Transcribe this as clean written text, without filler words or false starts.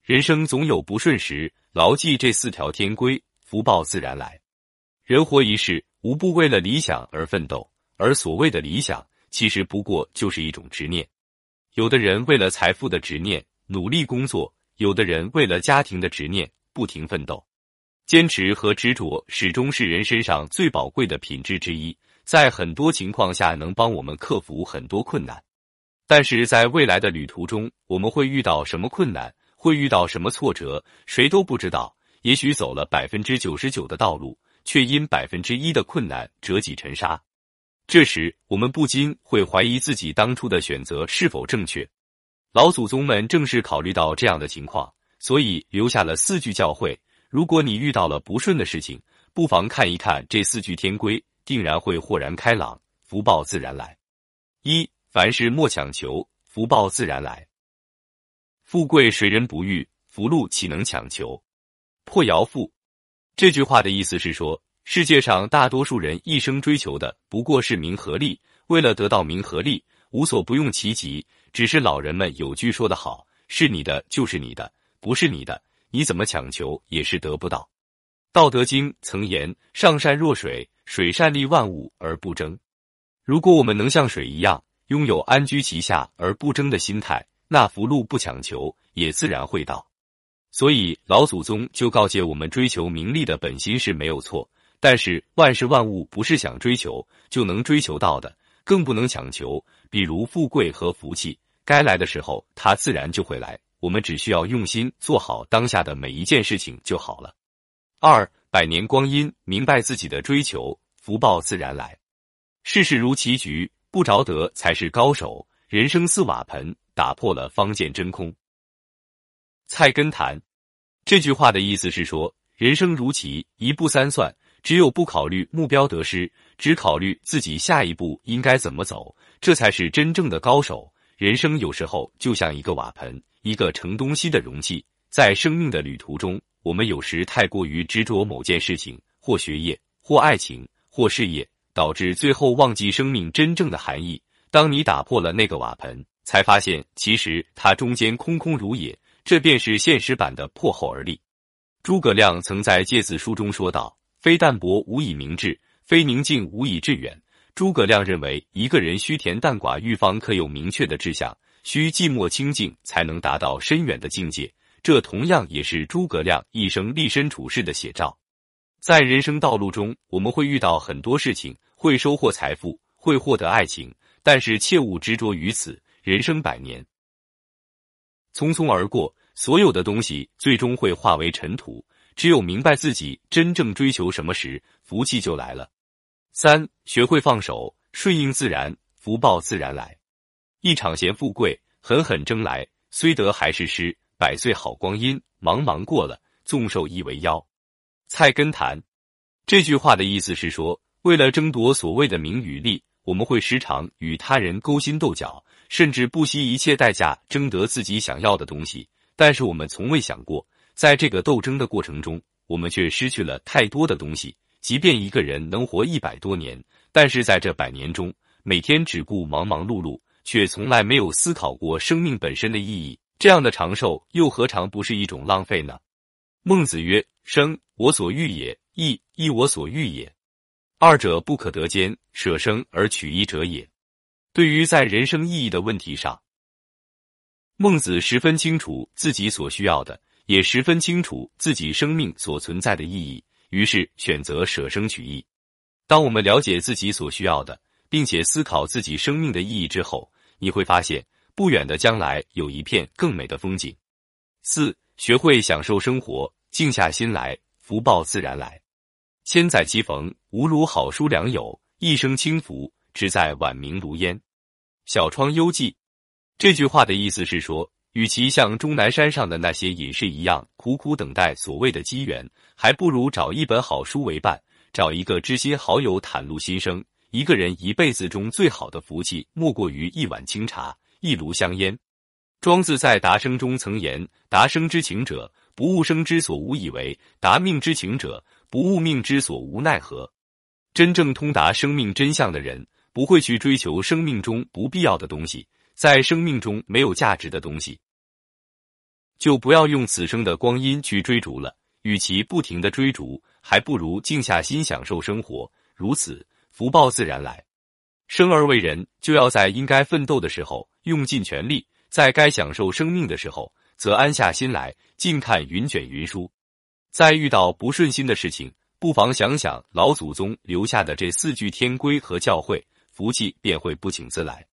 人生总有不顺时，牢记这4条天规，福报自然来。人活一世，无不为了理想而奋斗，而所谓的理想，其实不过就是一种执念。有的人为了财富的执念，努力工作；有的人为了家庭的执念，不停奋斗。坚持和执着始终是人身上最宝贵的品质之一，在很多情况下能帮我们克服很多困难。但是在未来的旅途中，我们会遇到什么困难，会遇到什么挫折，谁都不知道。也许走了 99% 的道路，却因 1% 的困难折戟沉沙。这时我们不禁会怀疑自己当初的选择是否正确。老祖宗们正是考虑到这样的情况，所以留下了4句教诲。如果你遇到了不顺的事情，不妨看一看这4句天规，定然会豁然开朗，福报自然来。1. 凡事莫强求，福报自然来。富贵谁人不欲，福禄岂能强求？破爻赋。这句话的意思是说，世界上大多数人一生追求的不过是名和利，为了得到名和利，无所不用其极。只是老人们有句说得好，是你的就是你的，不是你的，你怎么强求也是得不到。道德经曾言，上善若水，水善利万物而不争。如果我们能像水一样，拥有安居其下而不争的心态，那福禄不强求，也自然会到。所以老祖宗就告诫我们，追求名利的本心是没有错，但是万事万物不是想追求就能追求到的，更不能强求。比如富贵和福气，该来的时候它自然就会来，我们只需要用心做好当下的每一件事情就好了。2. 百年光阴，明白自己的追求，福报自然来。世事如棋局，不着得才是高手，人生似瓦盆，打破了方见真空。菜根谭。这句话的意思是说，人生如棋，一步三算，只有不考虑目标得失，只考虑自己下一步应该怎么走，这才是真正的高手。人生有时候就像一个瓦盆，一个盛东西的容器，在生命的旅途中，我们有时太过于执着某件事情，或学业，或爱情，或事业，导致最后忘记生命真正的含义。当你打破了那个瓦盆，才发现其实它中间空空如也，这便是现实版的破后而立。诸葛亮曾在《诫子书》中说道，非淡泊无以明志，非宁静无以致远。诸葛亮认为，一个人须恬淡寡欲方可有明确的志向，须寂寞清静才能达到深远的境界。这同样也是诸葛亮一生立身处世的写照。在人生道路中，我们会遇到很多事情，会收获财富，会获得爱情，但是切勿执着于此。人生100年，匆匆而过，所有的东西最终会化为尘土。只有明白自己真正追求什么时，福气就来了。3. 学会放手，顺应自然，福报自然来。一场闲富贵，狠狠争来，虽得还是失，100岁好光阴，茫茫过了，纵寿亦为妖。菜根谭。这句话的意思是说，为了争夺所谓的名与利，我们会时常与他人勾心斗角，甚至不惜一切代价争得自己想要的东西。但是我们从未想过，在这个斗争的过程中，我们却失去了太多的东西。即便一个人能活100多年，但是在这100年中，每天只顾忙忙碌碌，却从来没有思考过生命本身的意义，这样的长寿又何尝不是一种浪费呢？孟子曰，生，我所欲也；义，亦我所欲也。二者不可得兼，舍生而取义者也。对于在人生意义的问题上，孟子十分清楚自己所需要的，也十分清楚自己生命所存在的意义，于是选择舍生取义。当我们了解自己所需要的，并且思考自己生命的意义之后，你会发现不远的将来有一片更美的风景。4. 学会享受生活，静下心来，福报自然来。千载棋逢，无如好书良友，一生轻浮，只在晚明如烟。小窗幽寂。这句话的意思是说，与其像终南山上的那些隐士一样苦苦等待所谓的机缘，还不如找一本好书为伴，找一个知心好友袒露心声。一个人一辈子中最好的福气，莫过于一碗清茶，一炉香烟。庄子在达生中曾言，达生之情者，不务生之所无以为，达命之情者，不务命之所无奈何。真正通达生命真相的人，不会去追求生命中不必要的东西，在生命中没有价值的东西。 就不要用此生的光阴去追逐了。与其不停地追逐，还不如静下心享受生活，如此福报自然来。生而为人，就要在应该奋斗的时候用尽全力，在该享受生命的时候则安下心来，静看云卷云舒。在遇到不顺心的事情，不妨想想老祖宗留下的这4句天规和教诲，福气便会不请自来。